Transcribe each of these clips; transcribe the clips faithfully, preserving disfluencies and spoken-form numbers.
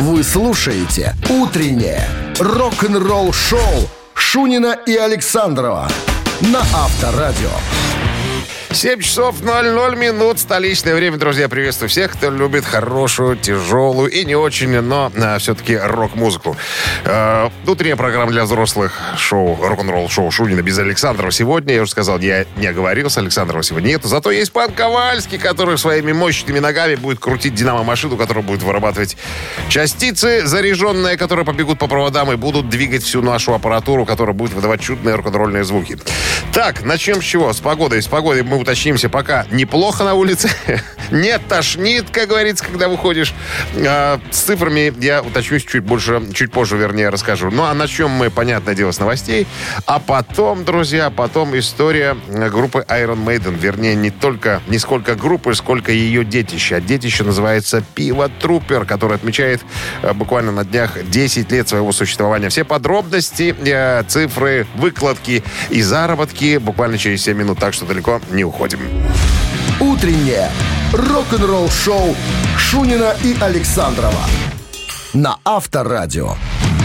Вы слушаете «Утреннее рок-н-ролл-шоу» Шунина и Александрова на Авторадио. семь часов ноль ноль минут. Столичное время, друзья. Приветствую всех, кто любит хорошую, тяжелую и не очень, но а, все-таки рок-музыку. Э, утренняя программа для взрослых. Шоу, рок-н-ролл шоу Шунина без Александрова. Сегодня, я уже сказал, я не оговорился, Александрова сегодня нет. Зато есть пан Ковальский, который своими мощными ногами будет крутить динамо-машину, которая будет вырабатывать частицы, заряженные, которые побегут по проводам и будут двигать всю нашу аппаратуру, которая будет выдавать чудные рок-н-ролльные звуки. Так, начнем с чего? С погодой. С погодой мы уточнимся, пока неплохо на улице. Не тошнит, как говорится, когда выходишь. А, с цифрами я уточнюсь чуть больше, чуть позже, вернее, расскажу. Ну, а начнем мы, понятное дело, с новостей. А потом, друзья, потом история группы Iron Maiden. Вернее, не только, не сколько группы, сколько ее детища. Детище называется Пиво Трупер, который отмечает а, буквально на днях десять лет своего существования. Все подробности, а, цифры, выкладки и заработки буквально через семь минут. Так что далеко не уходим. Утреннее рок-н-ролл-шоу Шунина и Александрова на Авторадио.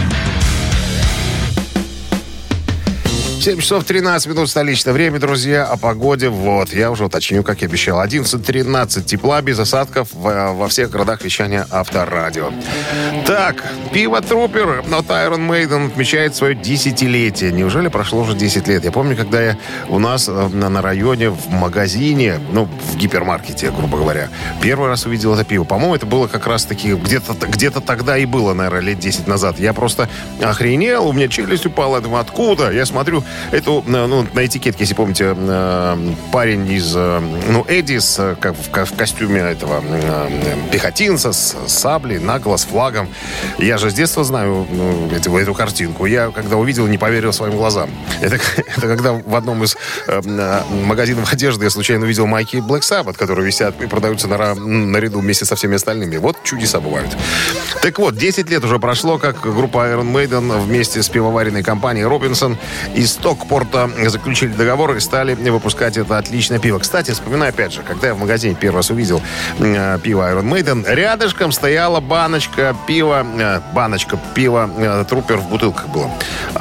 семь часов тринадцать минут столичное время, друзья. О погоде, вот, я уже уточню, как и обещал. одиннадцать тринадцать тепла, без осадков во, во всех городах вещания Авторадио. Так, Пиво Трупер от Iron Maiden отмечает свое десятилетие. Неужели прошло уже десять лет? Я помню, когда я у нас на, на районе в магазине, ну, в гипермаркете, грубо говоря, первый раз увидел это пиво. По-моему, это было как раз-таки где-то, где-то тогда и было, наверное, лет десять назад. Я просто охренел, у меня челюсть упала. Я думаю, откуда? Я смотрю, это, ну, на этикетке, если помните, парень из, ну, Эдис, как в, в костюме этого пехотинца с саблей, нагло, с флагом. Я же с детства знаю, ну, эту, эту картинку. Я, когда увидел, не поверил своим глазам. Это, это когда в одном из э, магазинов одежды я случайно увидел майки Black Sabbath, которые висят и продаются на, наряду вместе со всеми остальными. Вот чудеса бывают. Так вот, десять лет уже прошло, как группа Iron Maiden вместе с пивоваренной компанией Робинсон из Стокпорта заключили договор и стали выпускать это отличное пиво. Кстати, вспоминаю опять же, когда я в магазине первый раз увидел э, пиво Iron Maiden, рядышком стояла баночка пива, э, баночка пива э, Трупер в бутылках было.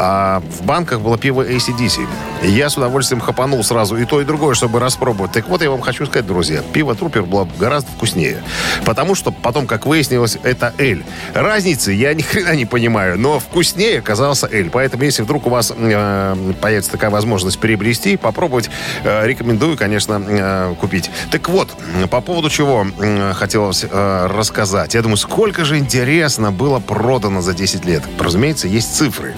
А в банках было пиво эй си ди си. И я с удовольствием хапанул сразу и то, и другое, чтобы распробовать. Так вот, я вам хочу сказать, друзья, пиво Трупер было гораздо вкуснее. Потому что потом, как выяснилось, это эль. Разницы я ни хрена не понимаю, но вкуснее оказался эль. Поэтому, если вдруг у вас э, появится такая возможность приобрести, попробовать, э, рекомендую, конечно, э, купить. Так вот, по поводу чего э, хотелось э, рассказать. Я думаю, сколько же интересно было продано за десять лет. Разумеется, есть цифры.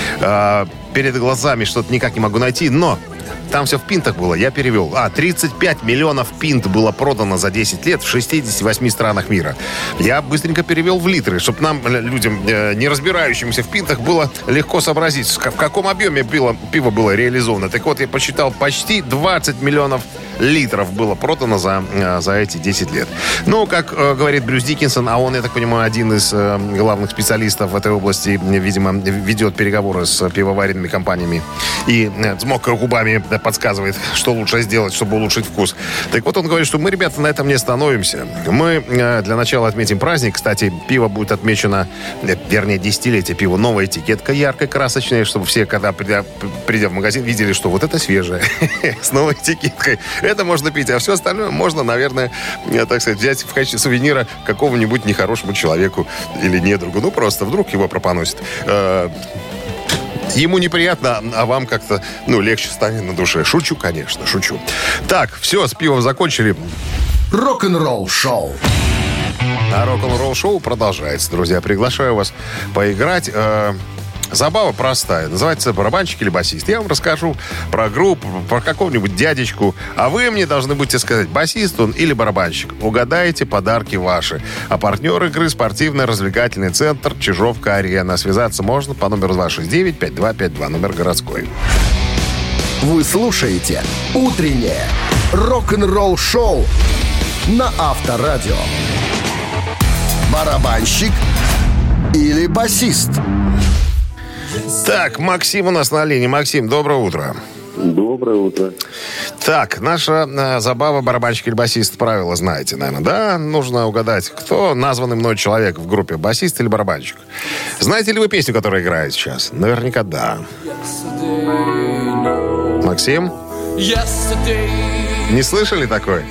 Э, перед глазами что-то никак не могу найти, но там все в пинтах было, я перевел. А, тридцать пять миллионов пинт было продано за десять лет в шестидесяти восьми странах мира. Я быстренько перевел в литры, чтобы нам, людям, э, не разбирающимся в пинтах, было легко сообразить, в каком объеме пиво, пиво было реализовано. Так вот, я посчитал, почти двадцать миллионов литров было продано за, э, за эти десять лет. Ну, как э, говорит Брюс Диккинсон, а он, я так понимаю, один из э, главных специалистов в этой области, видимо, ведет переговоры с пивоваренными компаниями и э, с мокрыми губами подсказывает, что лучше сделать, чтобы улучшить вкус. Так вот, он говорит, что мы, ребята, на этом не остановимся. Мы э, для начала отметим праздник. Кстати, пиво будет отмечено, э, вернее, десятилетие пива. Новая этикетка яркая, красочная, чтобы все, когда придя, придя в магазин, видели, что вот это свежее, с новой этикеткой. Это можно пить, а все остальное можно, наверное, э, так сказать, взять в качестве сувенира какому-нибудь нехорошему человеку или недругу. Ну, просто вдруг его пропоносит. Э, Ему неприятно, а вам как-то, ну, легче станет на душе. Шучу, конечно, шучу. Так, все, с пивом закончили. Рок-н-ролл шоу. А рок-н-ролл шоу продолжается, друзья. Приглашаю вас поиграть. Э, Забава простая. Называется барабанщик или басист. Я вам расскажу про группу, про какого-нибудь дядечку. А вы мне должны будете сказать, басист он или барабанщик. Угадаете, подарки ваши. А партнер игры — спортивно-развлекательный центр «Чижовка-Арена». Связаться можно по номеру два шесть девять пять два пять два, номер городской. Вы слушаете «Утреннее рок-н-ролл шоу» на Авторадио. Барабанщик или басист? Так, Максим у нас на линии. Максим, доброе утро. Доброе утро. Так, наша э, забава барабанщик или басист, правила знаете, наверное, да? Нужно угадать, кто названный мной человек в группе, басист или барабанщик. Знаете ли вы песню, которая играет сейчас? Наверняка да. Максим? Не слышали такой?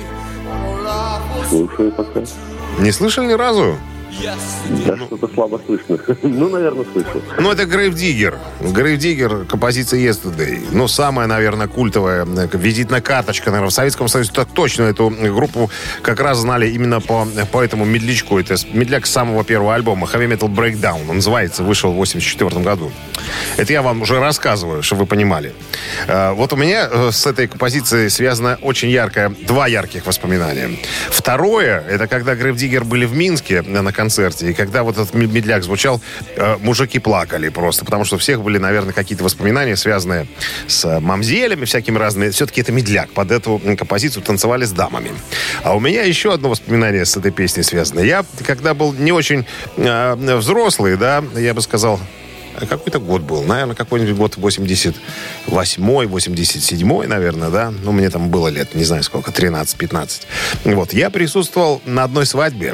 Слушаю пока. Не слышали ни разу? Да, что-то слабо слышно. Ну, наверное, слышал. Ну, это Grave Digger. Grave Digger, композиция Yesterday. Ну, самая, наверное, культовая визитная карточка, наверное, в Советском Союзе. Так точно эту группу как раз знали именно по, по этому медлячку. Это медляк самого первого альбома Heavy Metal Breakdown. Он называется, вышел в восемьдесят четвёртом году. Это я вам уже рассказываю, чтобы вы понимали. Вот у меня с этой композицией связано очень яркое, два ярких воспоминания. Второе, это когда Grave Digger были в Минске на концерте, и когда вот этот медляк звучал, мужики плакали просто, потому что у всех были, наверное, какие-то воспоминания, связанные с мамзелями всякими разными. Все-таки это медляк. Под эту композицию танцевали с дамами. А у меня еще одно воспоминание с этой песней связано. Я, когда был не очень э, взрослый, да, я бы сказал, какой-то год был, наверное, какой-нибудь год восемьдесят восьмой, восемьдесят седьмой, наверное, да. Ну, мне там было лет, не знаю сколько, тринадцать-пятнадцать. Вот, я присутствовал на одной свадьбе.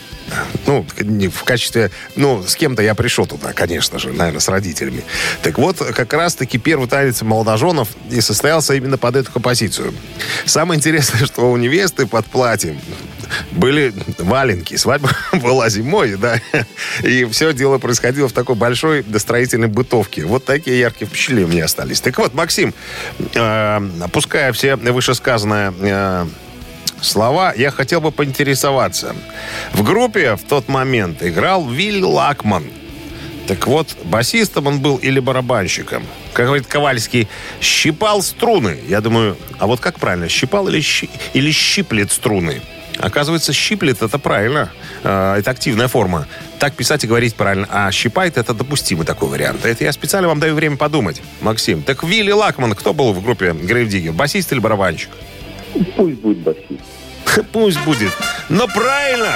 Ну, в качестве... Ну, с кем-то я пришел туда, конечно же, наверное, с родителями. Так вот, как раз-таки первый танец молодоженов и состоялся именно под эту композицию. Самое интересное, что у невесты под платьем были валенки. Свадьба была зимой, да. И все дело происходило в такой большой достроительной бытовке. Вот такие яркие впечатления у меня остались. Так вот, Максим, э, опуская все вышесказанное... Э, слова, я хотел бы поинтересоваться. В группе в тот момент играл Вилли Лакман. Так вот, басистом он был или барабанщиком? Как говорит Ковальский, щипал струны. Я думаю, а вот как правильно, щипал или, щи, или щиплет струны? Оказывается, щиплет — это правильно. Э, это активная форма. Так писать и говорить правильно. А щипает — это допустимый такой вариант. Это я специально вам даю время подумать, Максим. Так Вилли Лакман кто был в группе Grave Digger? Басист или барабанщик? Пусть будет басист. Пусть будет. Но правильно!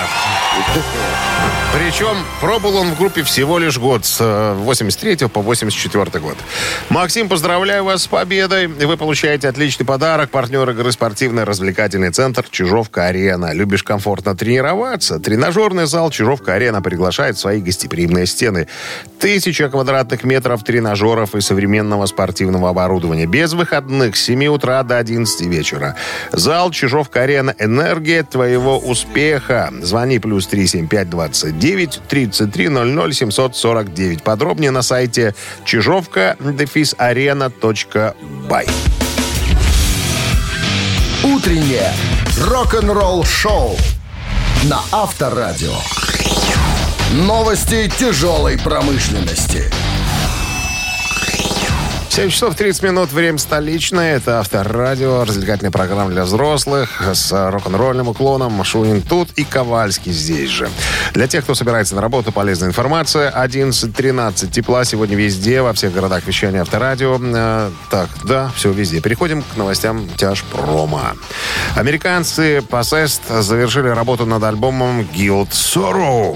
Причем пробыл он в группе всего лишь год, с восемьдесят третьего по восемьдесят четвёртый год. Максим, поздравляю вас с победой. Вы получаете отличный подарок. Партнер игры — спортивно-развлекательный центр «Чижовка-Арена». Любишь комфортно тренироваться? Тренажерный зал «Чижовка-Арена» приглашает в свои гостеприимные стены. Тысяча квадратных метров тренажеров и современного спортивного оборудования. Без выходных с семи утра до одиннадцати вечера. Зал «Чижовка-Арена» — энергия твоего успеха. Звони плюс три семь пять двадцать девять тридцать три ноль ноль семьсот сорок девять. Подробнее на сайте чижовка арена точка бай. Утреннее рок-н-ролл-шоу на Авторадио. Новости тяжелой промышленности. семь часов тридцать минут, время столичное. Это Авторадио, развлекательная программа для взрослых с рок-н-ролльным уклоном. Шунин тут и Ковальский здесь же. Для тех, кто собирается на работу, полезная информация. одиннадцать тринадцать тепла сегодня везде, во всех городах вещания Авторадио. Э, так, да, все везде. Переходим к новостям тяжпрома. Американцы Possessed завершили работу над альбомом Guilt Sorrow.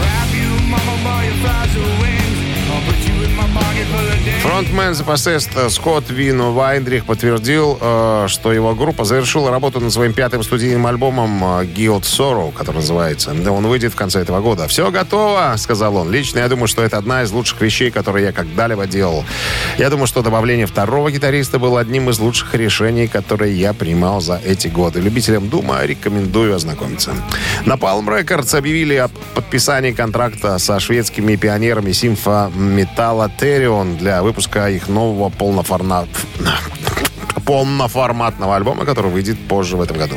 Фронтмен The Possessed Скотт Вин Вайндрих подтвердил, что его группа завершила работу над своим пятым студийным альбомом Guilt Sorrow, который называется. Он выйдет в конце этого года. «Все готово», — сказал он. «Лично я думаю, что это одна из лучших вещей, которые я когда-либо делал. Я думаю, что добавление второго гитариста было одним из лучших решений, которые я принимал за эти годы. Любителям Дума рекомендую ознакомиться». На Palm Records объявили о подписании контракта со шведскими пионерами симфометалла Therion для выпуска их нового полноформат... полноформатного альбома, который выйдет позже в этом году.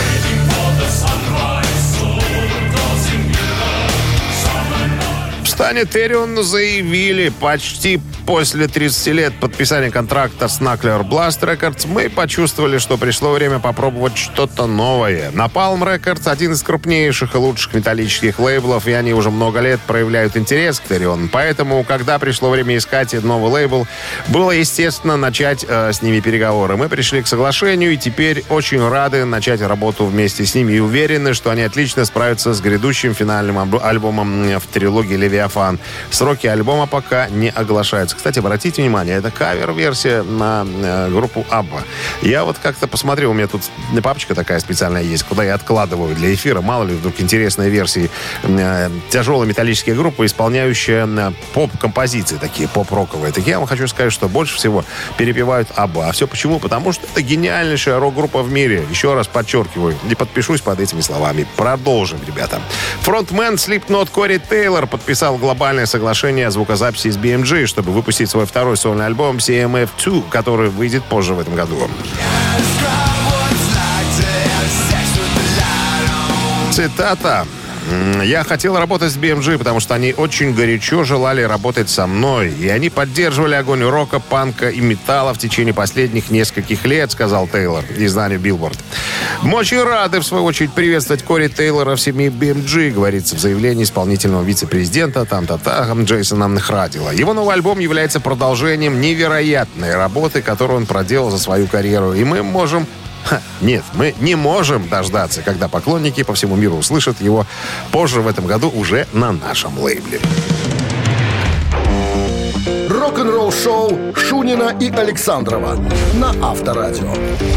В стане Therion заявили, почти после тридцати лет подписания контракта с Knuckler Blast Records мы почувствовали, что пришло время попробовать что-то новое. Napalm Records — один из крупнейших и лучших металлических лейблов, и они уже много лет проявляют интерес к Therion. Поэтому, когда пришло время искать новый лейбл, было естественно начать э, с ними переговоры. Мы пришли к соглашению и теперь очень рады начать работу вместе с ними и уверены, что они отлично справятся с грядущим финальным альбомом в трилогии «Левиафан». Сроки альбома пока не оглашаются. называется. Кстати, обратите внимание, это кавер-версия на э, группу Абба. Я вот как-то посмотрел, у меня тут папочка такая специальная есть, куда я откладываю для эфира, мало ли вдруг интересные версии. Э, тяжелые металлические группы, исполняющие э, поп-композиции, такие поп-роковые. Так я вам хочу сказать, что больше всего перепевают Абба. А все почему? Потому что это гениальнейшая рок-группа в мире. Еще раз подчеркиваю и подпишусь под этими словами. Продолжим, ребята. Фронтмен Slipknot Кори Тейлор подписал глобальное соглашение о звукозаписи с би эм джи, чтобы выпустить свой второй сольный альбом си эм эф два, который выйдет позже в этом году. Цитата. «Я хотел работать с би эм джи, потому что они очень горячо желали работать со мной. И они поддерживали огонь рока, панка и металла в течение последних нескольких лет», — сказал Тейлор изданию Billboard. «Мы очень рады, в свою очередь, приветствовать Кори Тейлора в семье би эм джи», говорится в заявлении исполнительного вице-президента там-та-та Джейсона Храдила. Его новый альбом является продолжением невероятной работы, которую он проделал за свою карьеру. И мы можем... Ха, нет, мы не можем дождаться, когда поклонники по всему миру услышат его позже в этом году уже на нашем лейбле. Рок-н-ролл-шоу Шунина и Александрова на Авторадио.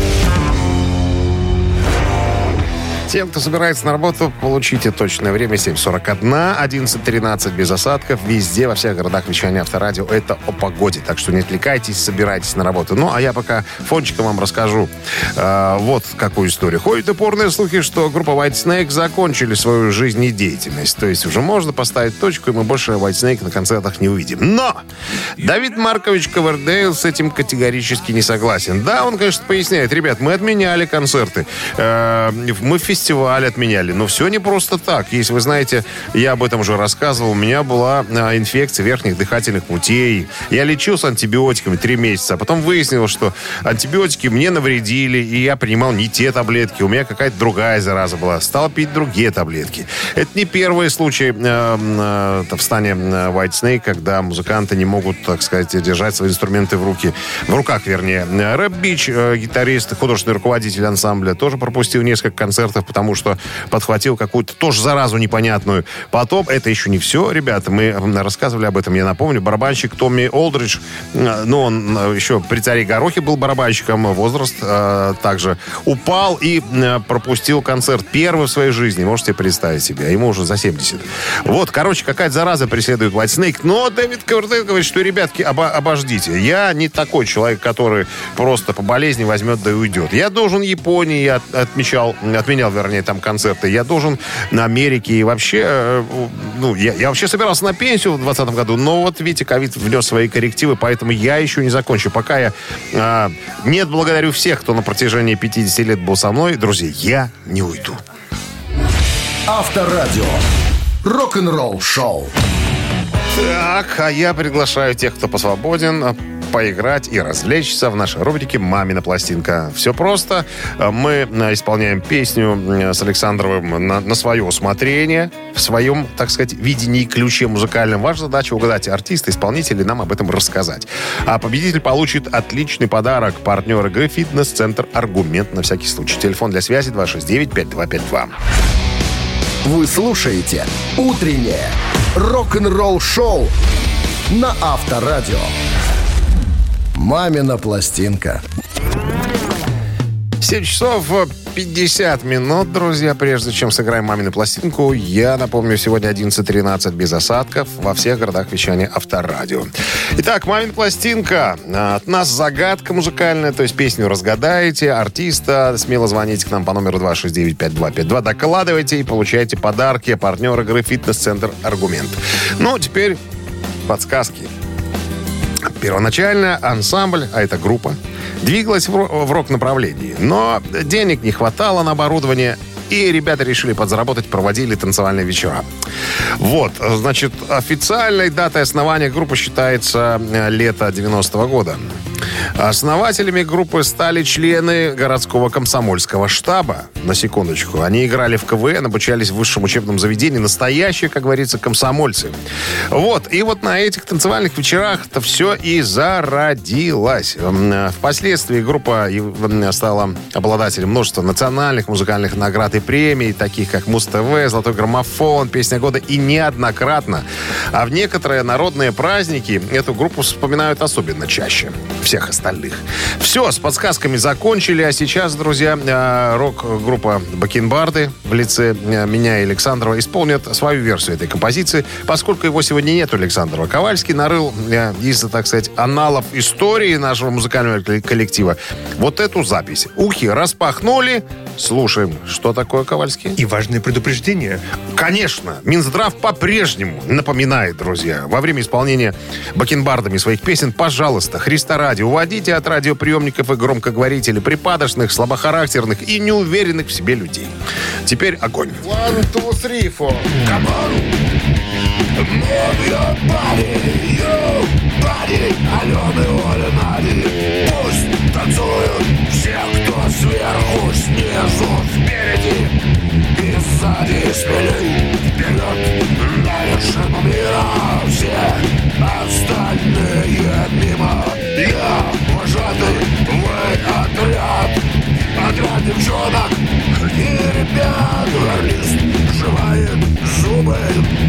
Тем, кто собирается на работу, получите точное время семь сорок один, одиннадцать тринадцать без осадков. Везде, во всех городах вещания Авторадио. Это о погоде. Так что не отвлекайтесь, собирайтесь на работу. Ну, а я пока фончиком вам расскажу э, вот какую историю. Ходят упорные слухи, что группа White Snake закончили свою жизнедеятельность. То есть уже можно поставить точку, и мы больше White Snake на концертах не увидим. Но Давид Маркович Ковердейл с этим категорически не согласен. Да, он, конечно, поясняет. Ребят, мы отменяли концерты. Э, мы в фестиваль отменяли. Но все не просто так. Если вы знаете, я об этом уже рассказывал, у меня была а, инфекция верхних дыхательных путей. Я лечился антибиотиками три месяца. А потом выяснилось, что антибиотики мне навредили, и я принимал не те таблетки. У меня какая-то другая зараза была. Стал пить другие таблетки. Это не первый случай э, э, в стане White Snake, когда музыканты не могут, так сказать, держать свои инструменты в руки. В руках, вернее. Рэп Бич, э, гитарист, художественный руководитель ансамбля, тоже пропустил несколько концертов, потому что подхватил какую-то тоже заразу непонятную. Потом, это еще не все, ребята, мы рассказывали об этом, я напомню, барабанщик Томми Олдридж, ну, он еще при царе Горохе был барабанщиком, возраст э, также упал и э, пропустил концерт первый в своей жизни, можете представить себе, ему уже за семьдесят. Вот, короче, какая-то зараза преследует White Snake, но Дэвид Ковердейл говорит, что, ребятки, обо- обождите, я не такой человек, который просто по болезни возьмет да и уйдет. Я должен Японии, я отмечал, отменял вернее, там концерты. Я должен на Америке и вообще... Ну, я, я вообще собирался на пенсию в двадцатом году, но вот, видите, ковид внес свои коррективы, поэтому я еще не закончу. Пока я... А, нет, благодарю всех, кто на протяжении пятидесяти лет был со мной. Друзья, я не уйду. Авторадио. Рок-н-ролл-шоу. Так, а я приглашаю тех, кто посвободен, поиграть и развлечься в нашей рубрике «Мамина пластинка». Все просто. Мы исполняем песню с Александровым на, на свое усмотрение, в своем, так сказать, видении, ключе музыкальном. Ваша задача угадать артиста, исполнителя, и нам об этом рассказать. А победитель получит отличный подарок. Партнер игры «Фитнес-центр Аргумент». На всякий случай. Телефон для связи два шесть девять пять два пять два. Вы слушаете «Утреннее рок-н-ролл-шоу» на Авторадио. «Мамина пластинка». семь часов пятьдесят минут, друзья. Прежде чем сыграем «Мамину пластинку», я напомню, сегодня одиннадцать тринадцать без осадков во всех городах вещания Авторадио. Итак, «Мамина пластинка». От нас загадка музыкальная, то есть песню разгадаете, артиста. Смело звоните к нам по номеру два шесть девять пять два пять два. Докладывайте и получайте подарки. Партнер игры «Фитнес-центр Аргумент». Ну, теперь подсказки. Первоначально ансамбль, а это группа, двигалась в рок-направлении. Но денег не хватало на оборудование, и ребята решили подзаработать, проводили танцевальные вечера. Вот, значит, официальной датой основания группы считается лето девяностого года. Основателями группы стали члены городского комсомольского штаба. на секундочку. Они играли в КВН, обучались в высшем учебном заведении. Настоящие, как говорится, комсомольцы. Вот. И вот на этих танцевальных вечерах-то все и зародилось. Впоследствии группа стала обладателем множества национальных музыкальных наград и премий, таких как Муз-ТВ, Золотой граммофон, Песня года, и неоднократно. А в некоторые народные праздники эту группу вспоминают особенно чаще всех остальных. Все, с подсказками закончили, а сейчас, друзья, рок-группа «Бакенбарды» в лице меня и Александрова исполнят свою версию этой композиции. Поскольку его сегодня нет, Александрова, Ковальский нарыл из-за, так сказать, аналов истории нашего музыкального коллектива вот эту запись. Ухи распахнули. Слушаем, что такое, Ковальский? И важное предупреждение. Конечно. Минздрав по-прежнему напоминает, друзья, во время исполнения бакенбардами своих песен, пожалуйста, Христа ради, уводите от радиоприемников и громкоговорителей припадочных, слабохарактерных и неуверенных в себе людей. Теперь огонь. One, two, three, four. Come on. Move your body, your body, Алены, Оля, Нади. Пусть танцуют все, кто сверху, снизу, спереди и сзади, смелей вперед на вершину мира. Все остальные мимо. Я вожатый, вы отряд, отряд девчонок и ребят. Горлист сжимает зубы,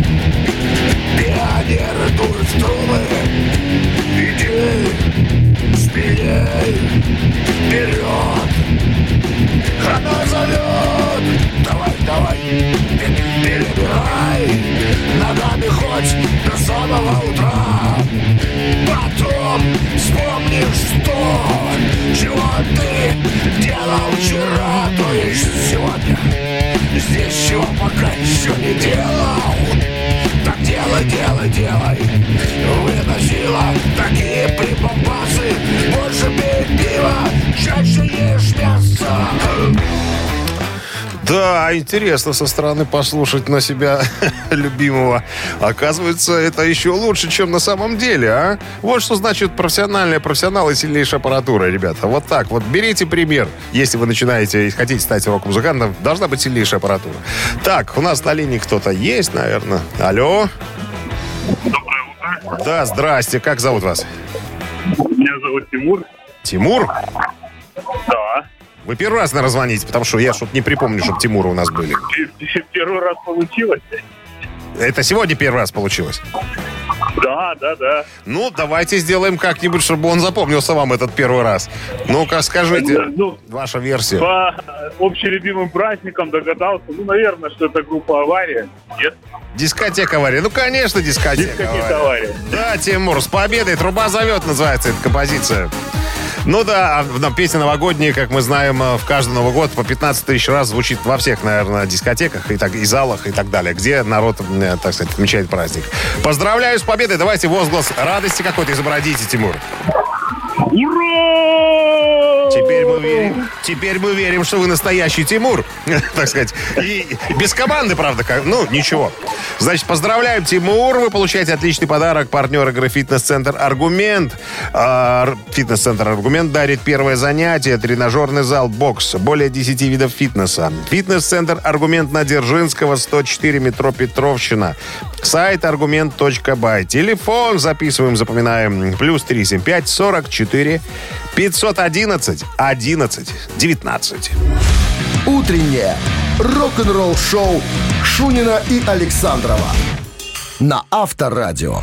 пионеры дуют в трубы. Иди смелей вперед, она зовет. Давай, давай, перебирай ногами хоть до самого утра. Потом вспомнишь то, чего ты делал вчера, то есть сегодня. Здесь чего пока еще не делал. Так делай, делай, делай. Выносила такие припомпасы. Больше пей пиво, чаще ешь мясо. Да, интересно со стороны послушать на себя любимого. Оказывается, это еще лучше, чем на самом деле, а? Вот что значит профессиональные профессионалы и сильнейшая аппаратура, ребята. Вот так вот. Берите пример. Если вы начинаете и хотите стать рок-музыкантом, должна быть сильнейшая аппаратура. Так, у нас на линии кто-то есть, наверное. Алло. Доброе утро. Да, здрасте. Как зовут вас? Меня зовут Тимур. Тимур? Да. Вы первый раз, наверное, звоните, потому что я что-то не припомню, чтобы Тимуры у нас были. Первый раз получилось. Это сегодня первый раз получилось? Да, да, да. Ну, давайте сделаем как-нибудь, чтобы он запомнился вам этот первый раз. Ну-ка, скажите, ну, ваша версия. По общелюбимым праздникам догадался. Ну, наверное, что это группа «Авария». Нет? Дискотека «Авария». Ну, конечно, дискотека, дискотека «Авария». Да, Тимур, с победой. «Труба зовет» называется эта композиция. Ну да, песня новогодняя, как мы знаем, в каждый Новый год по пятнадцать тысяч раз звучит во всех, наверное, дискотеках и, так, и залах и так далее, где народ, так сказать, отмечает праздник. Поздравляю с победой. Давайте возглас радости какой-то изобразите, Тимур. Ура! Теперь мы верим, теперь мы верим, что вы настоящий Тимур, так сказать. И без команды, правда, как, ну, ничего. Значит, поздравляем, Тимур. Вы получаете отличный подарок. Партнер игры «Фитнес-центр Аргумент». А, «Фитнес-центр Аргумент» дарит первое занятие. Тренажерный зал «Бокс». Более десяти видов фитнеса. «Фитнес-центр Аргумент» на Дзержинского, сто четыре, метро Петровщина. Сайт аргумент точка бай. Телефон записываем, запоминаем. Плюс три семь пять сорок четыре пятьсот одиннадцать одиннадцать девятнадцать. Утреннее рок-н-ролл-шоу Шунина и Александрова на Авторадио.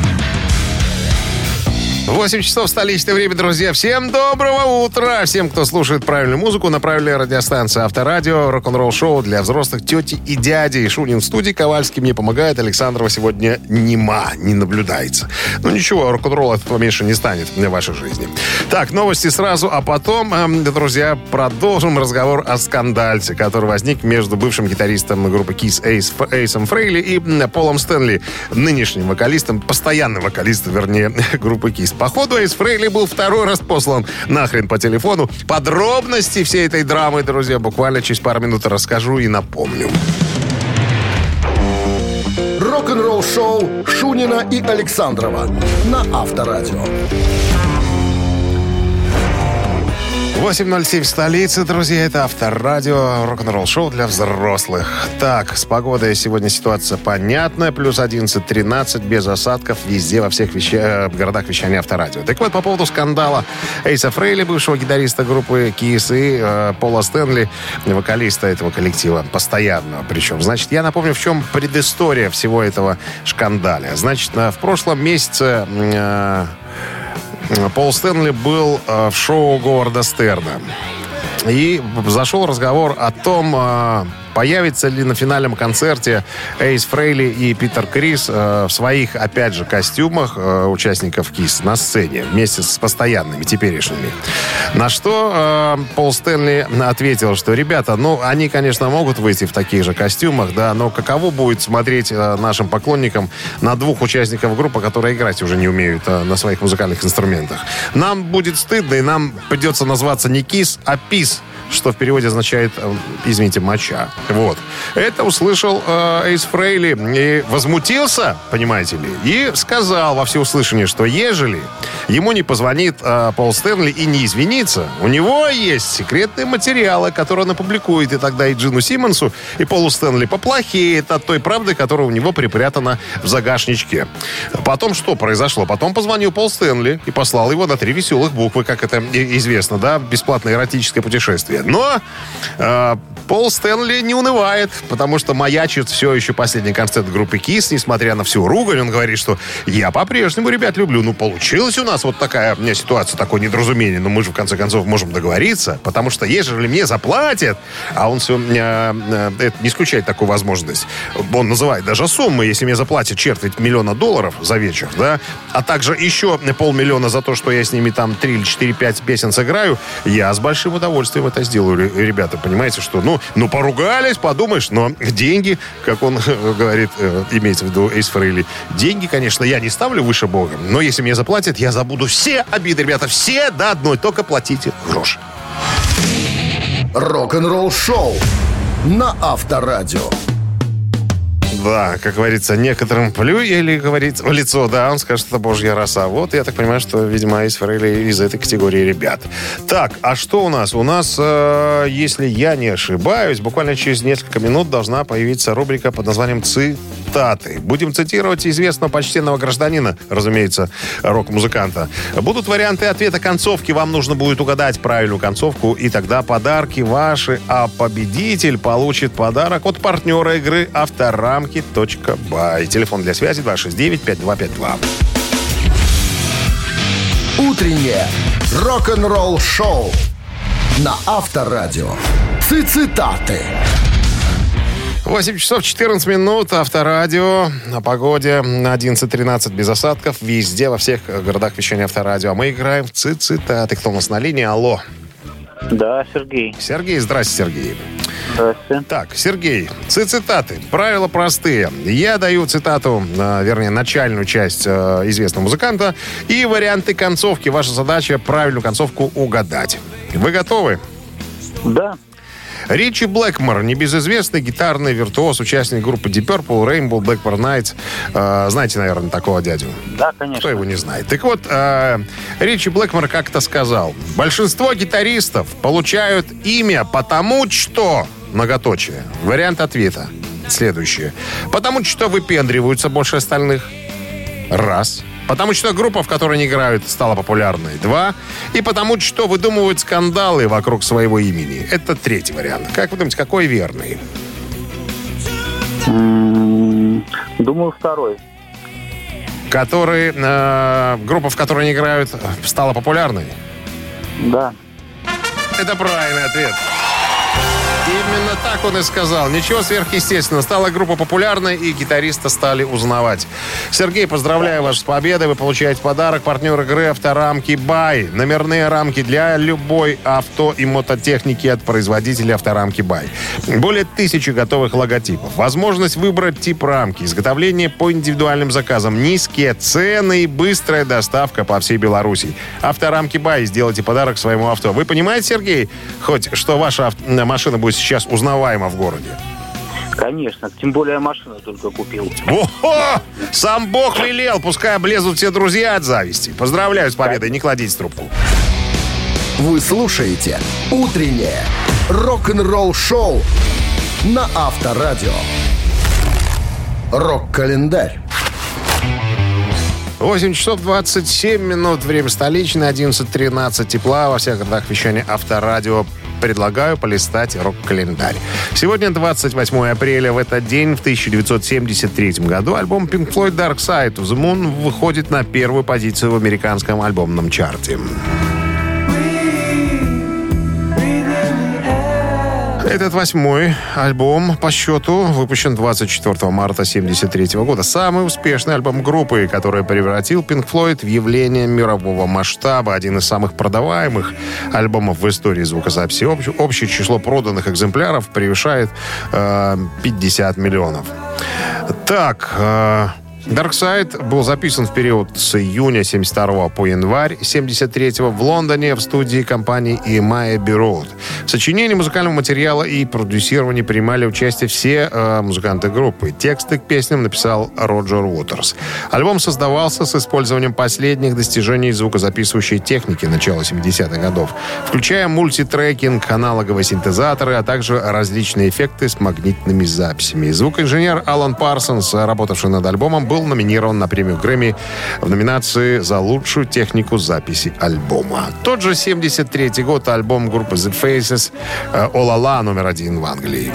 восемь часов столичное время, друзья. Всем доброго утра! Всем, кто слушает правильную музыку на правильной радиостанции Авторадио. Рок-н-ролл шоу для взрослых, тети и дяди. Шунин в студии, Ковальский мне помогает. Александрова сегодня нема, не наблюдается. Ну ничего, рок-н-ролл от этого меньше не станет в вашей жизни. Так, новости сразу, а потом, друзья, продолжим разговор о скандальце, который возник между бывшим гитаристом группы Kiss Эйсом Фрейли и Полом Стэнли, нынешним вокалистом, постоянным вокалистом, вернее, группы Kiss. Походу, Эйс Фрейли был второй раз послан нахрен по телефону. Подробности всей этой драмы, друзья, буквально через пару минут расскажу и напомню. Рок-н-ролл-шоу Шунина и Александрова на Авторадио. восемь ноль семь в столице, друзья. Это Авторадио, рок-н-ролл шоу для взрослых. Так, с погодой сегодня ситуация понятная. Плюс одиннадцать тринадцать, без осадков, везде, во всех веща... городах вещания Авторадио. Так вот, по поводу скандала Эйса Фрейли, бывшего гитариста группы Kiss, и э, Пола Стэнли, вокалиста этого коллектива, постоянного причем. Значит, я напомню, в чем предыстория всего этого шкандаля. Значит, в прошлом месяце... Э, Пол Стэнли был э, в шоу Говарда Стерна. И зашел разговор о том, э, появится ли на финальном концерте Эйс Фрейли и Питер Крис э, в своих, опять же, костюмах э, участников Kiss на сцене вместе с постоянными, теперешними. На что э, Пол Стэнли ответил, что, ребята, ну, они, конечно, могут выйти в таких же костюмах, да, но каково будет смотреть э, нашим поклонникам на двух участников группы, которые играть уже не умеют э, на своих музыкальных инструментах. Нам будет стыдно, и нам придется назваться не Kiss, а Пис, что в переводе означает, извините, моча. Вот. Это услышал э, Эйс Фрейли и возмутился, понимаете ли, и сказал во всеуслышание, что ежели ему не позвонит э, Пол Стэнли и не извинится, у него есть секретные материалы, которые он опубликует, и тогда и Джину Симмонсу, и Полу Стэнли поплохеет от той правды, которая у него припрятана в загашничке. Потом что произошло? Потом позвонил Пол Стэнли и послал его на три веселых буквы, как это известно, да, бесплатное эротическое путешествие. Но э, Пол Стэнли не унывает, потому что маячит все еще последний концерт группы Kiss, несмотря на всю ругань. Он говорит, что я по-прежнему ребят люблю. Ну, получилась у нас вот такая у меня ситуация, такое недоразумение. Но мы же, в конце концов, можем договориться, потому что ежели мне заплатят, а он все э, э, это не исключает такую возможность. Он называет даже суммы, если мне заплатят четверть миллиона долларов за вечер, да, а также еще полмиллиона за то, что я с ними там три или четыре-пять песен сыграю, я с большим удовольствием это сделаю, ребята, понимаете, что, ну, ну, поругались, подумаешь, но деньги, как он говорит, э, имеется в виду Эйс Фрейли, деньги, конечно, я не ставлю выше Бога, но если мне заплатят, я забуду все обиды, ребята, все до одной, только платите грош. Рок-н-ролл шоу на Авторадио. Да, как говорится, некоторым плюй или говорит в лицо, да, он скажет, это божья роса. Вот, я так понимаю, что, видимо, Эйс Фрейли из этой категории ребят. Так, а что у нас? У нас, э, если я не ошибаюсь, буквально через несколько минут должна появиться рубрика под названием «Цитаты». Будем цитировать известного почтенного гражданина, разумеется, рок-музыканта. Будут варианты ответа концовки, вам нужно будет угадать правильную концовку, и тогда подарки ваши, а победитель получит подарок от партнера игры «Авторамки». .бай. Телефон для связи два шесть девять пять два пять два. Утреннее рок-н-ролл шоу на Авторадио. Цитаты. восемь часов четырнадцать минут. Авторадио. На погоде одиннадцать тринадцать без осадков. Везде, во всех городах вещания Авторадио. А мы играем в цитаты. Кто у нас на линии? Алло. Да, Сергей. Сергей, здрасте, Сергей. Здравствуйте. Так, Сергей, цитаты. Правила простые. Я даю цитату, э, вернее, начальную часть э, известного музыканта и варианты концовки. Ваша задача правильную концовку угадать. Вы готовы? Да. Ричи Блэкмор, небезызвестный гитарный виртуоз, участник группы Deep Purple, Rainbow, Blackbird Night. Э, знаете, наверное, такого дядю? Да, конечно. Кто его не знает? Так вот, э, Ричи Блэкмор как-то сказал: большинство гитаристов получают имя потому, что... Многоточие. Вариант ответа следующее. Потому что выпендриваются больше остальных. Раз. Потому что группа, в которой они играют, стала популярной. Два. И потому что выдумывают скандалы вокруг своего имени. Это третий вариант. Как вы думаете, какой верный? Думаю, второй. Который, э, группа, в которой они играют, стала популярной? Да. Это правильный ответ. Именно так он и сказал. Ничего сверхъестественного. Стала группа популярной, и гитариста стали узнавать. Сергей, поздравляю вас с победой. Вы получаете подарок. Партнер игры «Авторамки Бай». Номерные рамки для любой авто и мототехники от производителя «Авторамки Бай». Более тысячи готовых логотипов. Возможность выбрать тип рамки. Изготовление по индивидуальным заказам. Низкие цены и быстрая доставка по всей Беларуси. «Авторамки Бай». Сделайте подарок своему авто. Вы понимаете, Сергей, хоть что ваша ав- машина будет сейчас узнаваема в городе? Конечно, тем более я машину только купил. О-хо! Сам Бог велел, пускай облезут все друзья от зависти. Поздравляю с победой, не кладите трубку. Вы слушаете «Утреннее рок-н-ролл-шоу» на Авторадио. Рок-календарь. восемь часов двадцать семь минут. Время столичное. одиннадцать тринадцать тепла во всех городах вещания Авторадио. Предлагаю полистать рок-календарь. Сегодня двадцать восьмое апреля. В этот день, в тысяча девятьсот семьдесят третьем году, альбом Pink Floyd Dark Side of the Moon выходит на первую позицию в американском альбомном чарте. Этот восьмой альбом по счету выпущен двадцать четвёртого марта семьдесят третьего года. Самый успешный альбом группы, который превратил Pink Floyd в явление мирового масштаба. Один из самых продаваемых альбомов в истории звукозаписи. Общ, общее число проданных экземпляров превышает э, пятьдесят миллионов. Так... Э, Dark Side был записан в период с июня семьдесят второго по январь семьдесят третьего в Лондоне в студии компании и эм ай Abbey Road. В сочинении музыкального материала и продюсировании принимали участие все э, музыканты группы. Тексты к песням написал Роджер Уотерс. Альбом создавался с использованием последних достижений звукозаписывающей техники начала семидесятых годов, включая мультитрекинг, аналоговые синтезаторы, а также различные эффекты с магнитными записями. Звукоинженер Алан Парсонс, работавший над альбомом, был был номинирован на премию Грэмми в номинации за лучшую технику записи альбома. Тот же семьдесят третий год, альбом группы The Faces «О-ла-ла» номер один в Англии.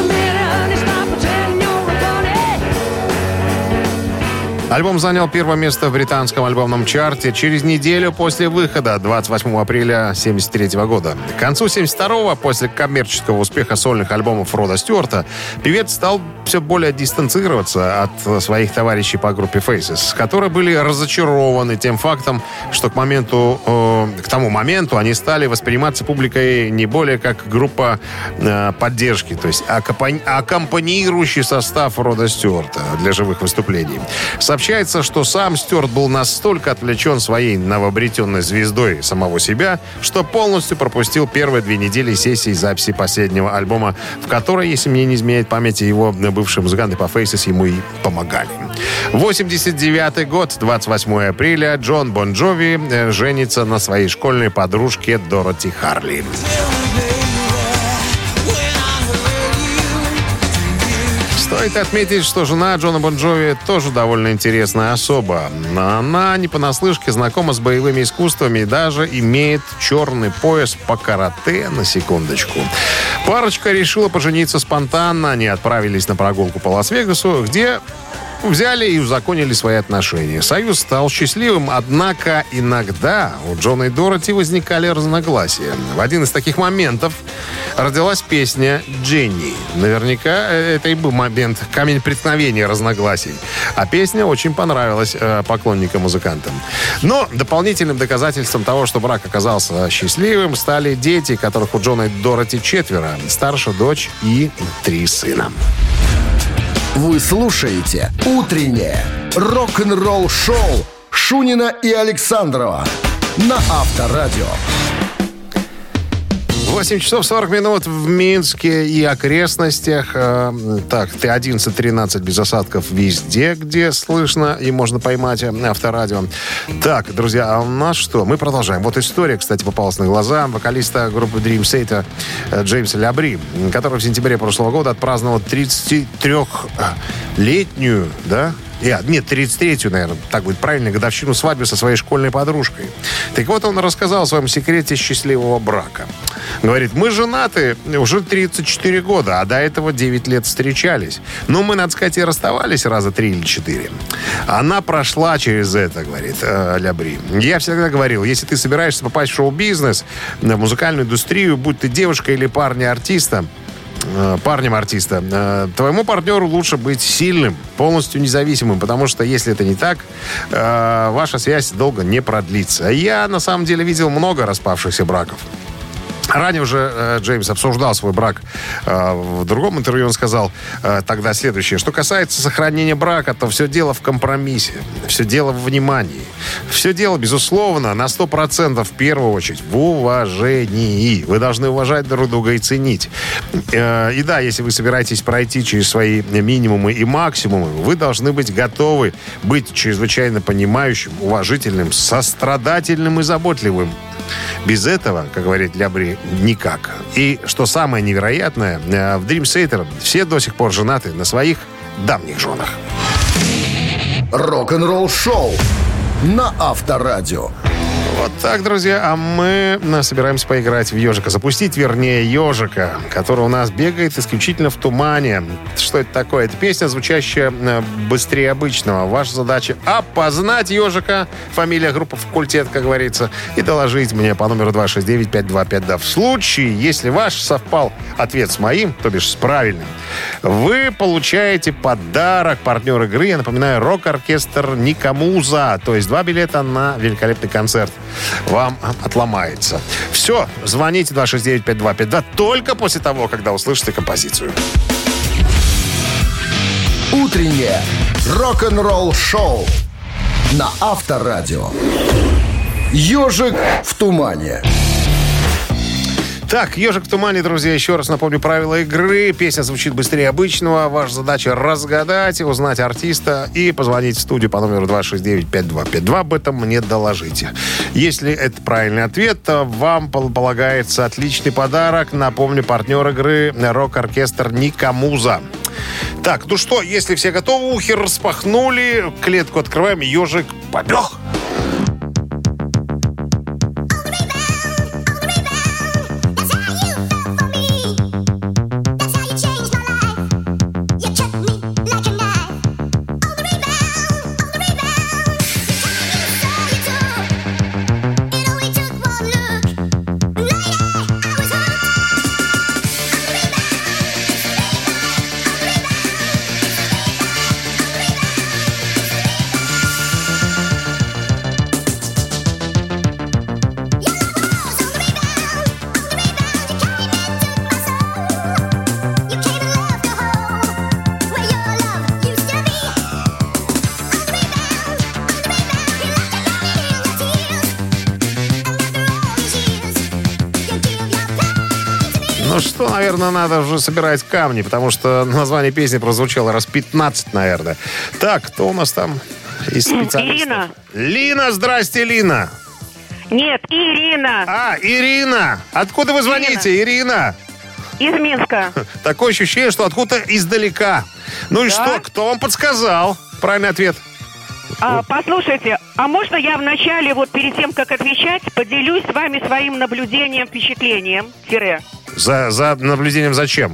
Альбом занял первое место в британском альбомном чарте через неделю после выхода, двадцать восьмого апреля семьдесят третьего года. К концу семьдесят второго, после коммерческого успеха сольных альбомов Рода Стюарта, певец стал все более дистанцироваться от своих товарищей по группе Faces, которые были разочарованы тем фактом, что к моменту, э, к тому моменту они стали восприниматься публикой не более как группа э, поддержки, то есть аккомпани- аккомпанирующий состав Рода Стюарта для живых выступлений. Сообщается, что сам Стюарт был настолько отвлечен своей новообретенной звездой самого себя, что полностью пропустил первые две недели сессии записи последнего альбома, в которой, если мне не изменяет память, его бывшие музыканты по Faces ему и помогали. восемьдесят девятый год, двадцать восьмого апреля, Джон Бон Джови женится на своей школьной подружке Дороти Харли. Стоит отметить, что жена Джона Бон Джови тоже довольно интересная особа. Она не понаслышке знакома с боевыми искусствами и даже имеет черный пояс по карате, на секундочку. Парочка решила пожениться спонтанно. Они отправились на прогулку по Лас-Вегасу, где взяли и узаконили свои отношения. Союз стал счастливым, однако иногда у Джона и Дороти возникали разногласия. В один из таких моментов родилась песня «Дженни». Наверняка это и был момент, камень преткновения разногласий. А песня очень понравилась э, поклонникам-музыкантам. Но дополнительным доказательством того, что брак оказался счастливым, стали дети, которых у Джона и Дороти четверо. Старшая дочь и три сына. Вы слушаете «Утреннее рок-н-ролл-шоу» Шунина и Александрова на Авторадио. восемь часов сорок минут в Минске и окрестностях. Так, одиннадцать тринадцать без осадков везде, где слышно и можно поймать Авторадио. Так, друзья, а у нас что? Мы продолжаем. Вот история, кстати, попалась на глаза вокалиста группы Dream Theater Джеймса Лябри, который в сентябре прошлого года отпраздновал тридцатитрёхлетнюю, да? Нет, тридцать третью, наверное, так будет правильно, годовщину свадьбы со своей школьной подружкой. Так вот, он рассказал о своем секрете счастливого брака. Говорит, мы женаты уже тридцать четыре года, а до этого девять лет встречались. Но мы, надо сказать, и расставались раза три или четыре. Она прошла через это, говорит э, Лябри. Я всегда говорил, если ты собираешься попасть в шоу-бизнес, в музыкальную индустрию, будь ты девушка или парня-артиста, парнем артиста, твоему партнеру лучше быть сильным, полностью независимым, потому что если это не так, ваша связь долго не продлится. Я, на самом деле, видел много распавшихся браков. Ранее уже э, Джеймс обсуждал свой брак э, в другом интервью. Он сказал э, тогда следующее. Что касается сохранения брака, то все дело в компромиссе. Все дело в внимании. Все дело, безусловно, на сто процентов в первую очередь в уважении. Вы должны уважать друг друга и ценить. Э, и да, если вы собираетесь пройти через свои минимумы и максимумы, вы должны быть готовы быть чрезвычайно понимающим, уважительным, сострадательным и заботливым. Без этого, как говорит Лябри, никак. И что самое невероятное, в Dream Theater все до сих пор женаты на своих давних женах. Рок-н-ролл шоу на Авторадио. Вот так, друзья, а мы собираемся поиграть в ежика. Запустить, вернее, ежика, который у нас бегает исключительно в тумане. Что это такое? Это песня, звучащая быстрее обычного. Ваша задача — опознать ежика, фамилия, группа, факультет, как говорится, и доложить мне по номеру два шесть девять пять два пять два. В случае, если ваш совпал ответ с моим, то бишь с правильным, вы получаете подарок. Партнер игры, я напоминаю, рок-оркестр Никамуза. То есть два билета на великолепный концерт вам отломается. Все, звоните два шесть девять пять два пять два только после того, когда услышите композицию. Утреннее рок-н-ролл шоу на Авторадио. Ежик в тумане. Так, «Ежик в тумане», друзья, еще раз напомню правила игры. Песня звучит быстрее обычного. Ваша задача — разгадать, узнать артиста и позвонить в студию по номеру два шесть девять пять два пять два. Об этом мне доложите. Если это правильный ответ, то вам полагается отличный подарок. Напомню, партнер игры — рок-оркестр Никамуза. Так, ну что, если все готовы, ухи распахнули, клетку открываем, ежик побег. Что, наверное, надо уже собирать камни, потому что название песни прозвучало раз пятнадцать, наверное. Так, кто у нас там из специалистов? Ирина. Лина, здрасте, Лина. Нет, Ирина. А, Ирина. Откуда вы звоните, Ирина? Из Минска. Такое ощущение, что откуда-то издалека. Ну и Да? что, кто вам подсказал? Правильный ответ. А, послушайте, а можно я вначале, вот перед тем, как отвечать, поделюсь с вами своим наблюдением, впечатлением? Тире. За, за наблюдением зачем?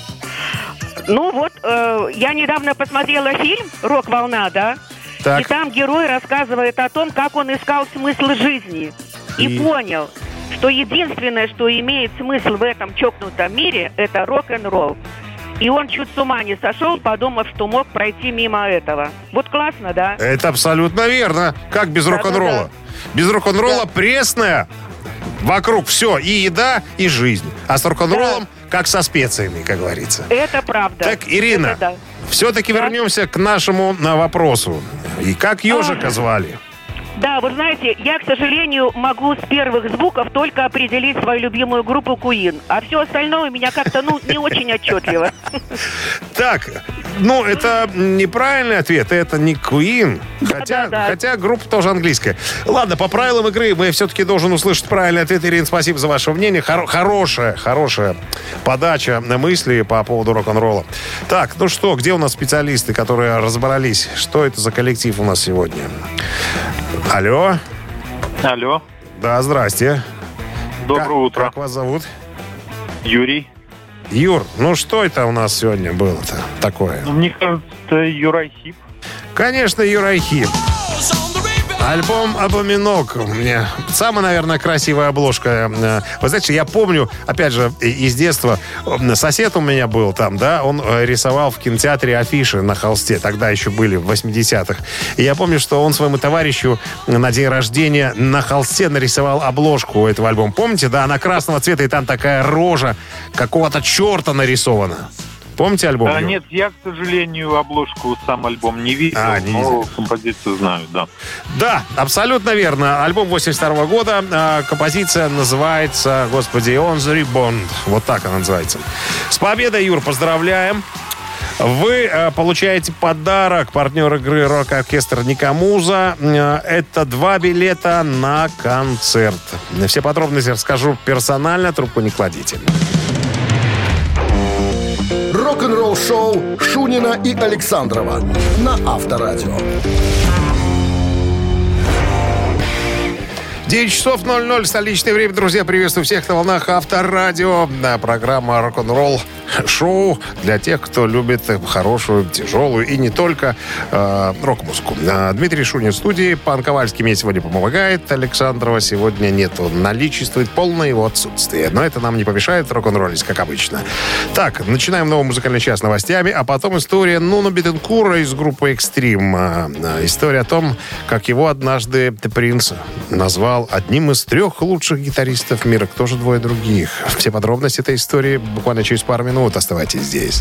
Ну вот, э, я недавно посмотрела фильм «Рок-волна», да? Так. И там герой рассказывает о том, как он искал смысл жизни. И, И... понял, что единственное, что имеет смысл в этом чокнутом мире, это рок-н-ролл. И он чуть с ума не сошел, подумав, что мог пройти мимо этого. Вот классно, да? Это абсолютно верно. Как без Да, рок-н-ролла? да, да. Без рок-н-ролла Да. пресная. Вокруг все. И еда, и жизнь. А с рок-н-роллом, как со специями, как говорится. Это правда. Так, Ирина, Это да. все-таки Да. вернемся к нашему на вопросу. И как ежика Ага. звали? Да, вы знаете, я, к сожалению, могу с первых звуков только определить свою любимую группу Queen. А все остальное у меня как-то, ну, не очень отчетливо. Так, ну, это неправильный ответ, это не Queen. Хотя, да, да. хотя группа тоже английская. Ладно, по правилам игры мы все-таки должен услышать правильный ответ. Ирина, спасибо за ваше мнение. Хоро- хорошая, хорошая подача на мысли по поводу рок-н-ролла. Так, ну что, где у нас специалисты, которые разобрались? Что это за коллектив у нас сегодня? Алло. Алло, Да, здрасте. доброе Как- утро. Как вас зовут? Юрий. Юр, ну что это у нас сегодня было-то такое? Ну, мне кажется, Юрайхип. Конечно, Юрайхип. Альбом «Обоминок». Самая, наверное, красивая обложка. Вы знаете, я помню, опять же, из детства, сосед у меня был там, да, он рисовал в кинотеатре афиши на холсте. Тогда еще были, в восьмидесятых. И я помню, что он своему товарищу на день рождения на холсте нарисовал обложку этого альбома. Помните, да, она красного цвета, и там такая рожа какого-то черта нарисована. Помните альбом? А, нет, я, к сожалению, обложку, сам альбом не видел, а, не но композицию знаю, да. Да, абсолютно верно. Альбом восемьдесят второго года. А, композиция называется, господи, «On the Rebound». Вот так она называется. С победой, Юр, поздравляем. Вы э, получаете подарок. Партнер игры рок-оркестр «Никамуза». Э, это два билета на концерт. Все подробности расскажу персонально. Трубку не кладите. Рок-н-ролл-шоу Шунина и Александрова на Авторадио. девять часов ноль ноль, столичное время, друзья. Приветствую всех на волнах Авторадио. Да, программа «Рок-н-ролл шоу» для тех, кто любит хорошую, тяжелую и не только э, рок-музыку. Дмитрий Шунин в студии. Пан Ковальский мне сегодня помогает. Александрова сегодня нету. Наличествует полное его отсутствие. Но это нам не помешает рок-н-роллить, как обычно. Так, начинаем новый музыкальный час с новостями, а потом история Нуно Бетенкура из группы «Экстрим». История о том, как его однажды принц назвал одним из трех лучших гитаристов мира. Кто же двое других? Все подробности этой истории буквально через пару минут. Оставайтесь здесь.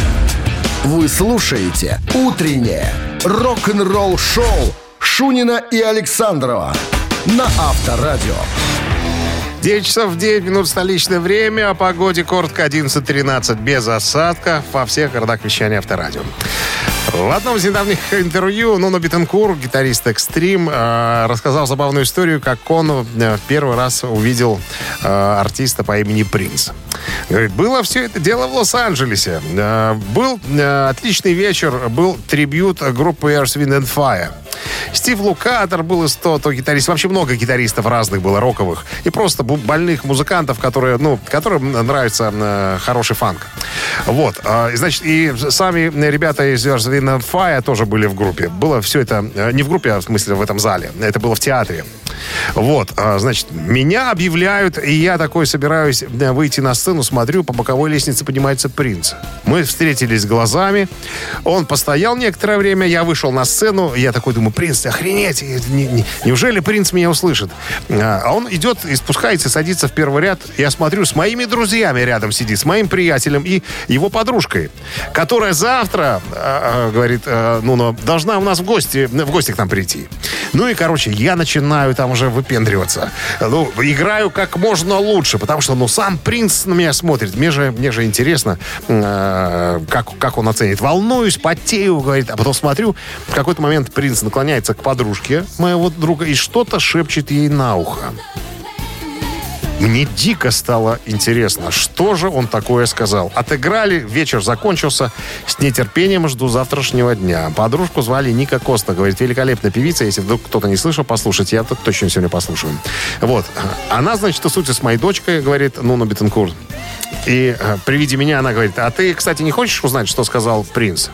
Вы слушаете «Утреннее рок-н-ролл-шоу» Шунина и Александрова на Авторадио. девять часов девять минут столичное время. О погоде коротко: одиннадцать тринадцать без осадков во всех городах вещания Авторадио. В одном из недавних интервью Нуно Бетенкур, гитарист «Экстрим», рассказал забавную историю, как он в первый раз увидел артиста по имени Принц. Говорит, было все это дело в Лос-Анджелесе. Был отличный вечер, был трибьют группы Earth, Wind and Fire. Стив Лукатер был из то, гитарист. Вообще много гитаристов разных было, роковых. И просто больных музыкантов, которые, ну, которым нравится э, хороший фанк. Вот. Э, значит, и сами ребята из Earth, Wind and Fire тоже были в группе. Было все это, э, не в группе, а в смысле в этом зале. Это было в театре. Вот. Э, значит, меня объявляют, и я такой собираюсь выйти на сцену, смотрю, по боковой лестнице поднимается Принц. Мы встретились глазами. Он постоял некоторое время, я вышел на сцену, я такой думаю, Принц, охренеть, не, не, неужели Принц меня услышит? А он идет и спускается, садится в первый ряд. Я смотрю, с моими друзьями рядом сидит, с моим приятелем и его подружкой, которая завтра, э, говорит, э, ну, должна у нас в гости, в гости к нам прийти. Ну и, короче, я начинаю там уже выпендриваться. Ну, играю как можно лучше, потому что, ну, сам Принц на меня смотрит. Мне же, мне же интересно, э, как, как он оценит. Волнуюсь, потею, говорит. А потом смотрю, в какой-то момент Принц наклоняется к подружке моего друга и что-то шепчет ей на ухо. Мне дико стало интересно, что же он такое сказал. Отыграли, вечер закончился. С нетерпением жду завтрашнего дня. Подружку звали Ника Коста. Говорит, великолепная певица. Если вдруг кто-то не слышал, послушайте. Я тут точно сегодня послушаю. Вот. Она, значит, тусуется с моей дочкой, говорит Нуно Бетенкур. И при виде меня она говорит, а ты, кстати, не хочешь узнать, что сказал Принц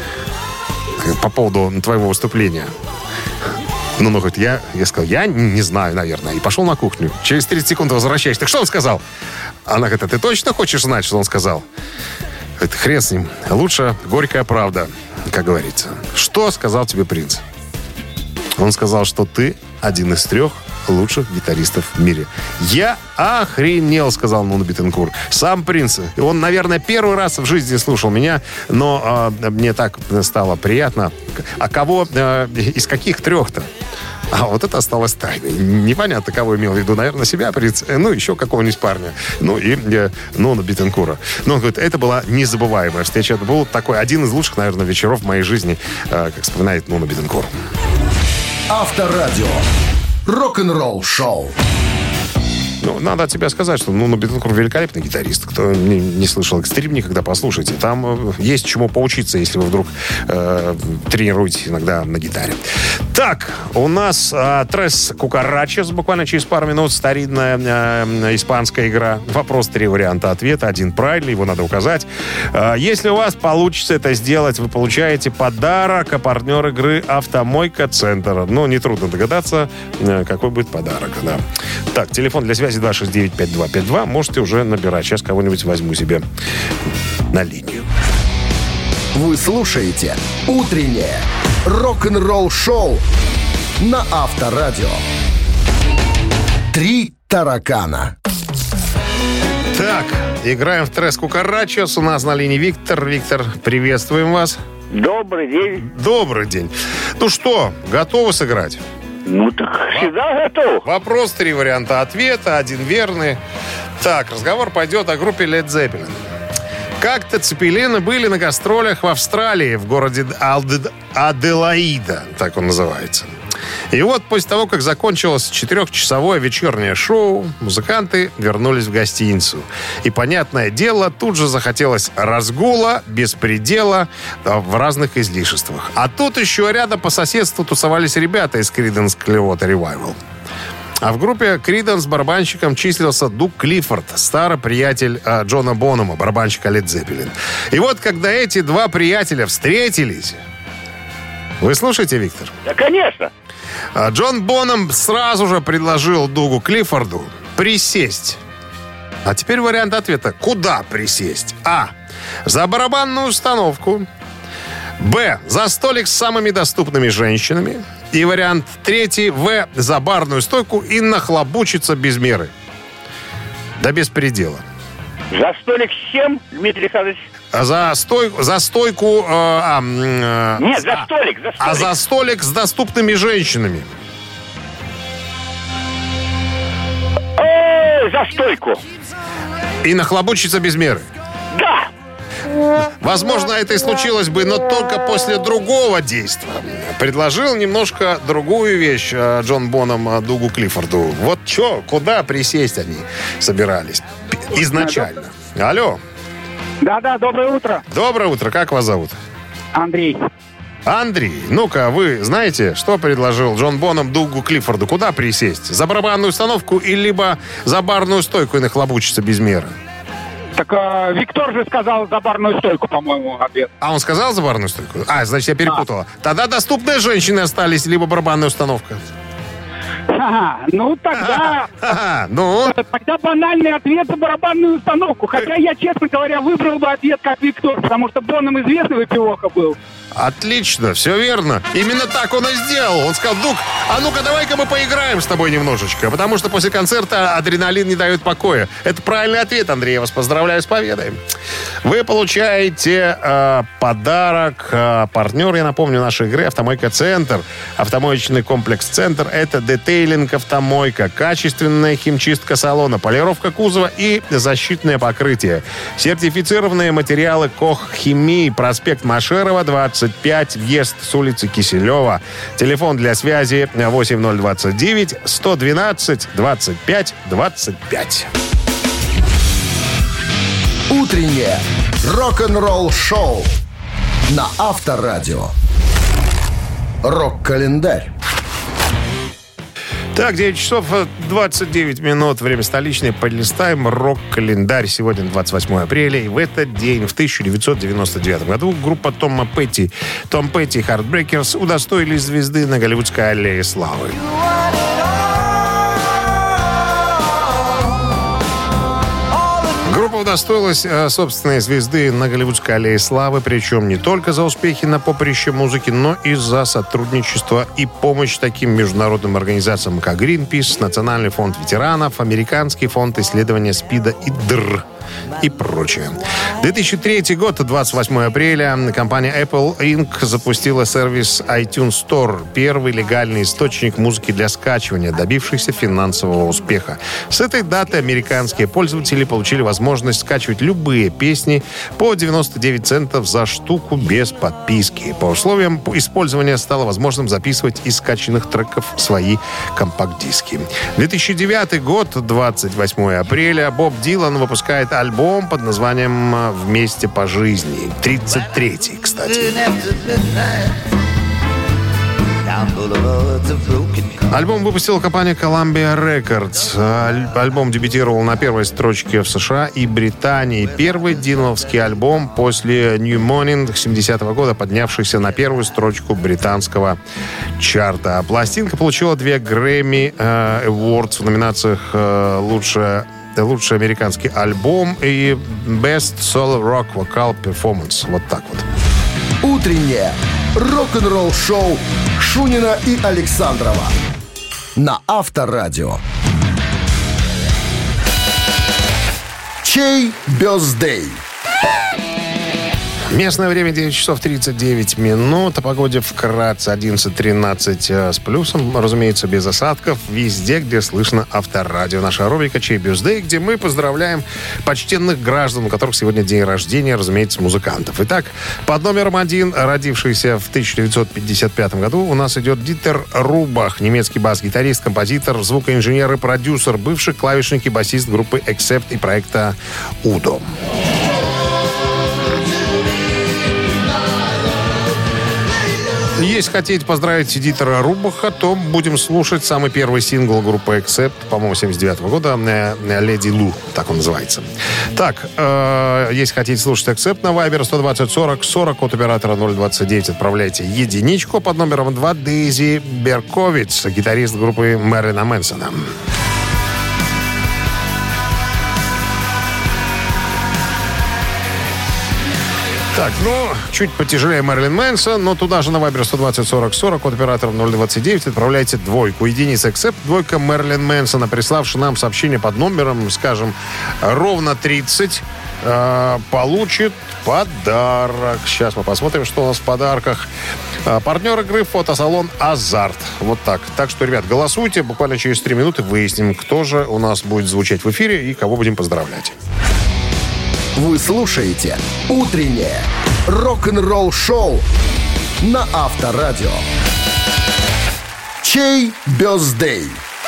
по поводу твоего выступления? Ну, ну, говорит, я, я сказал, я не знаю, наверное. И пошел на кухню. Через тридцать секунд возвращаюсь. Так что он сказал? Она говорит, а ты точно хочешь знать, что он сказал? Говорит, хрен с ним. Лучше горькая правда, как говорится. Что сказал тебе Принц? Он сказал, что ты один из трех лучших гитаристов в мире. Я охренел, сказал Нуно Бетенкур. Сам Принц. Он, наверное, первый раз в жизни слушал меня, но э, мне так стало приятно. А кого, э, из каких трех-то? А вот это осталось тайной. Непонятно, кого имел в виду. Наверное, себя Принц. Ну, еще какого-нибудь парня. Ну, и э, Нуно Бетенкура. Но он говорит, это была незабываемая встреча. Это был такой один из лучших, наверное, вечеров в моей жизни, э, как вспоминает Нуно Бетенкур. Авторадио. Рок-н-ролл шоу. Ну, надо от тебя сказать, что ну, Бетенкур великолепный гитарист. Кто не, не слышал «Экстрим», никогда послушайте. Там э, есть чему поучиться, если вы вдруг э, тренируетесь иногда на гитаре. Так, у нас э, Трес Кукарачес буквально через пару минут. Старинная э, испанская игра. Вопрос, три варианта ответа. Один правильный, его надо указать. Э, если у вас получится это сделать, вы получаете подарок, а партнер игры «Автомойка Центр». Ну, нетрудно догадаться, э, какой будет подарок. Да. Так, телефон для связи два шесть девять пять два пять два. Можете уже набирать. Сейчас кого-нибудь возьму себе на линию. Вы слушаете «Утреннее рок-н-ролл-шоу» на Авторадио. Три таракана. Так, играем в Трес Кукарачес. У нас на линии Виктор. Виктор, приветствуем вас. Добрый день. Добрый день. Ну что, готовы сыграть? Ну так всегда готов. Вопрос, три варианта ответа, один верный. Так, разговор пойдет о группе Led Zeppelin. Как-то Цепелины были на гастролях в Австралии, в городе Аделаида, так он называется. И вот после того, как закончилось четырехчасовое вечернее шоу, музыканты вернулись в гостиницу. И, понятное дело, тут же захотелось разгула, беспредела в разных излишествах. А тут еще рядом по соседству тусовались ребята из Creedence Clearwater Revival. А в группе Creedence барабанщиком числился Дуг Клиффорд, старый приятель э, Джона Бонома, барабанщика Led Zeppelin. И вот когда эти два приятеля встретились... Вы слушаете, Виктор? Да, конечно. Джон Бонем сразу же предложил Дугу Клиффорду присесть. А теперь вариант ответа. Куда присесть? А. За барабанную установку. Б. За столик с самыми доступными женщинами. И вариант третий. В. За барную стойку и нахлобучиться без меры. Да без предела. За столик с чем, Дмитрий Александрович? За, стой, за стойку... Э, а, э, Нет, за столик, за столик. А за столик с доступными женщинами. Ой, за стойку. И нахлобучиться без меры. Да. Возможно, это и случилось бы, но только после другого действия. Предложил немножко другую вещь Джон Бонем Дугу Клиффорду. Вот что, куда присесть они собирались изначально. Алло. Да-да, доброе утро. Доброе утро. Как вас зовут? Андрей. Андрей, ну-ка, вы знаете, что предложил Джон Бонем Дугу Клиффорду? Куда присесть? За барабанную установку или либо за барную стойку и нахлобучиться без меры? Так э, Виктор же сказал за барную стойку, по-моему, ответ. А он сказал за барную стойку? А, значит, я перепутала. А. Тогда доступные женщины остались, либо барабанная установка. Ага, ну тогда... Ага, ну? Тогда банальный ответ за барабанную установку. Хотя я, честно говоря, выбрал бы ответ как Виктор, потому что Боном известный выпивоха был. Отлично, все верно. Именно так он и сделал. Он сказал: Дуг, а ну-ка давай-ка мы поиграем с тобой немножечко, потому что после концерта адреналин не дает покоя. Это правильный ответ, Андрей. Я вас поздравляю с победой. Вы получаете э, подарок. Э, партнер, я напомню, нашей игры «Автомойка Центр». Автомоечный комплекс «Центр» — это детейлинг «Автомойка», качественная химчистка салона, полировка кузова и защитное покрытие. Сертифицированные материалы «Кох Химии», проспект Машерова, двадцать пять, въезд с улицы Киселева. Телефон для связи восемь ноль двадцать девять сто двенадцать двадцать пять двадцать пять. Утреннее рок-н-ролл-шоу на Авторадио. Рок-календарь. Так, девять часов двадцать девять минут. Время столичное. Полистаем рок-календарь. Сегодня двадцать восьмое апреля. И в этот день, в тысяча девятьсот девяносто девятом году, группа Тома Петти, Том Петти и Heartbreakers удостоились звезды на Голливудской аллее славы. Группа удостоилась э, собственной звезды на Голливудской аллее славы, причем не только за успехи на поприще музыки, но и за сотрудничество и помощь таким международным организациям, как Greenpeace, Национальный фонд ветеранов, Американский фонд исследования СПИДа и ДР и прочее. две тысячи третий год, двадцать восьмое апреля, компания Apple инкорпорейтед запустила сервис iTunes Store, первый легальный источник музыки для скачивания, добившийся финансового успеха. С этой даты американские пользователи получили возможность скачивать любые песни по девяносто девять центов за штуку без подписки. По условиям использования стало возможным записывать из скачанных треков свои компакт-диски. две тысячи девятый год, двадцать восьмое апреля, Боб Дилан выпускает альбом под названием «Вместе по жизни». тридцать третий, кстати. Альбом выпустила компания Columbia Records. Альбом дебютировал на первой строчке в США и Британии. Первый дилановский альбом после New Morning семидесятого года, поднявшийся на первую строчку британского чарта. Пластинка получила две Grammy Awards в номинациях «Лучшая Лучший американский альбом» и Best Solo Rock Vocal Performance. Вот так вот. Утреннее рок-н-ролл-шоу Шунина и Александрова на Авторадио. Чей бёздей? Местное время девять часов тридцать девять минут. О погоде вкратце одиннадцать тринадцать с плюсом. Разумеется, без осадков. Везде, где слышно Авторадио. Наша рубрика «Чей бюстдей», где мы поздравляем почтенных граждан, у которых сегодня день рождения, разумеется, музыкантов. Итак, под номером один, родившийся в тысяча девятьсот пятьдесят пятом году, у нас идет Дитер Рубах, немецкий бас-гитарист, композитор, звукоинженер и продюсер, бывший клавишник и басист группы Accept и проекта «Удо». Если хотите поздравить Дитера Рубаха, то будем слушать самый первый сингл группы Accept, по-моему, семьдесят девятого года, «Леди Лу», так он называется. Так, э, если хотите слушать Accept на Viber сто двадцать сорок сорок от оператора ноль двадцать девять, отправляйте единичку. Под номером два Дейзи Берковиц, гитарист группы Мэрилина Мэнсона. Так, ну, чуть потяжелее Мэрилин Мэнсон, но туда же на Viber сто двадцать сорок сорок от оператора ноль двадцать девять отправляйте двойку. Единица Accept, двойка Мэрилин Мэнсона, приславший нам сообщение под номером, скажем, ровно тридцать, э, получит подарок. Сейчас мы посмотрим, что у нас в подарках. Э, партнер игры — фотосалон «Азарт». Вот так. Так что, ребят, голосуйте. Буквально через три минуты выясним, кто же у нас будет звучать в эфире и кого будем поздравлять. Вы слушаете «Утреннее рок-н-ролл-шоу» на Авторадио. Чей бёздей?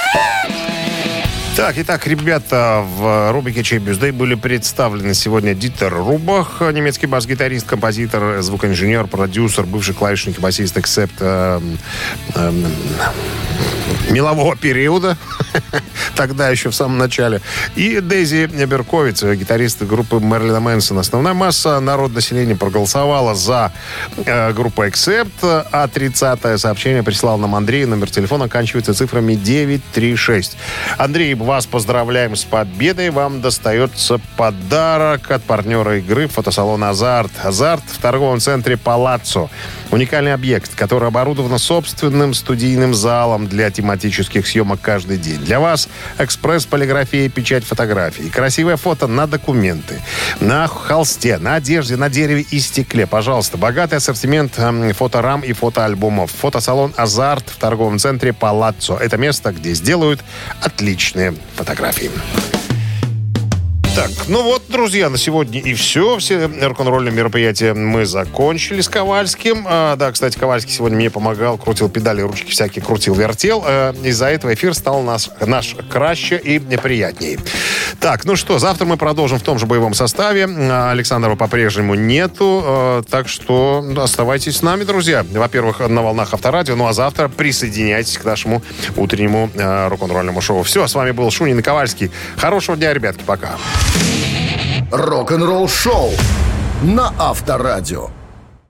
Так, итак, ребята, в рубрике «Чей бюстдей» были представлены сегодня Дитер Рубах, немецкий бас-гитарист, композитор, звукоинженер, продюсер, бывший клавишник и басист Accept э, э, мелового периода, тогда еще в самом начале, и Дейзи Берковиц, гитарист группы Мэрилина Мэнсона. Основная масса народного населения проголосовала за э, группу Accept, а тридцатое сообщение прислал нам Андрей. Номер телефона оканчивается цифрами девять три шесть. Андрей, вас поздравляем с победой. Вам достается подарок от партнера игры — фотосалон «Азарт». «Азарт» в торговом центре «Палаццо». Уникальный объект, который оборудован собственным студийным залом для тематических съемок каждый день. Для вас экспресс-полиграфия и печать фотографий. Красивое фото на документы, на холсте, на одежде, на дереве и стекле. Пожалуйста, богатый ассортимент фоторам и фотоальбомов. Фотосалон «Азарт» в торговом центре «Палаццо». Это место, где сделают отличные фотографии. Так, ну вот, друзья, на сегодня и все. Все рок-н-ролльные мероприятия мы закончили с Ковальским. А, да, кстати, Ковальский сегодня мне помогал, крутил педали, ручки всякие крутил-вертел. А, из-за этого эфир стал наш, наш краще и приятнее. Так, ну что, завтра мы продолжим в том же боевом составе. А, Александрова по-прежнему нету. А, так что оставайтесь с нами, друзья. Во-первых, на волнах Авторадио. Ну а завтра присоединяйтесь к нашему утреннему а, рок-н-ролльному шоу. Все, с вами был Шунин и Ковальский. Хорошего дня, ребятки, пока. Рок-н-ролл шоу на Авторадио.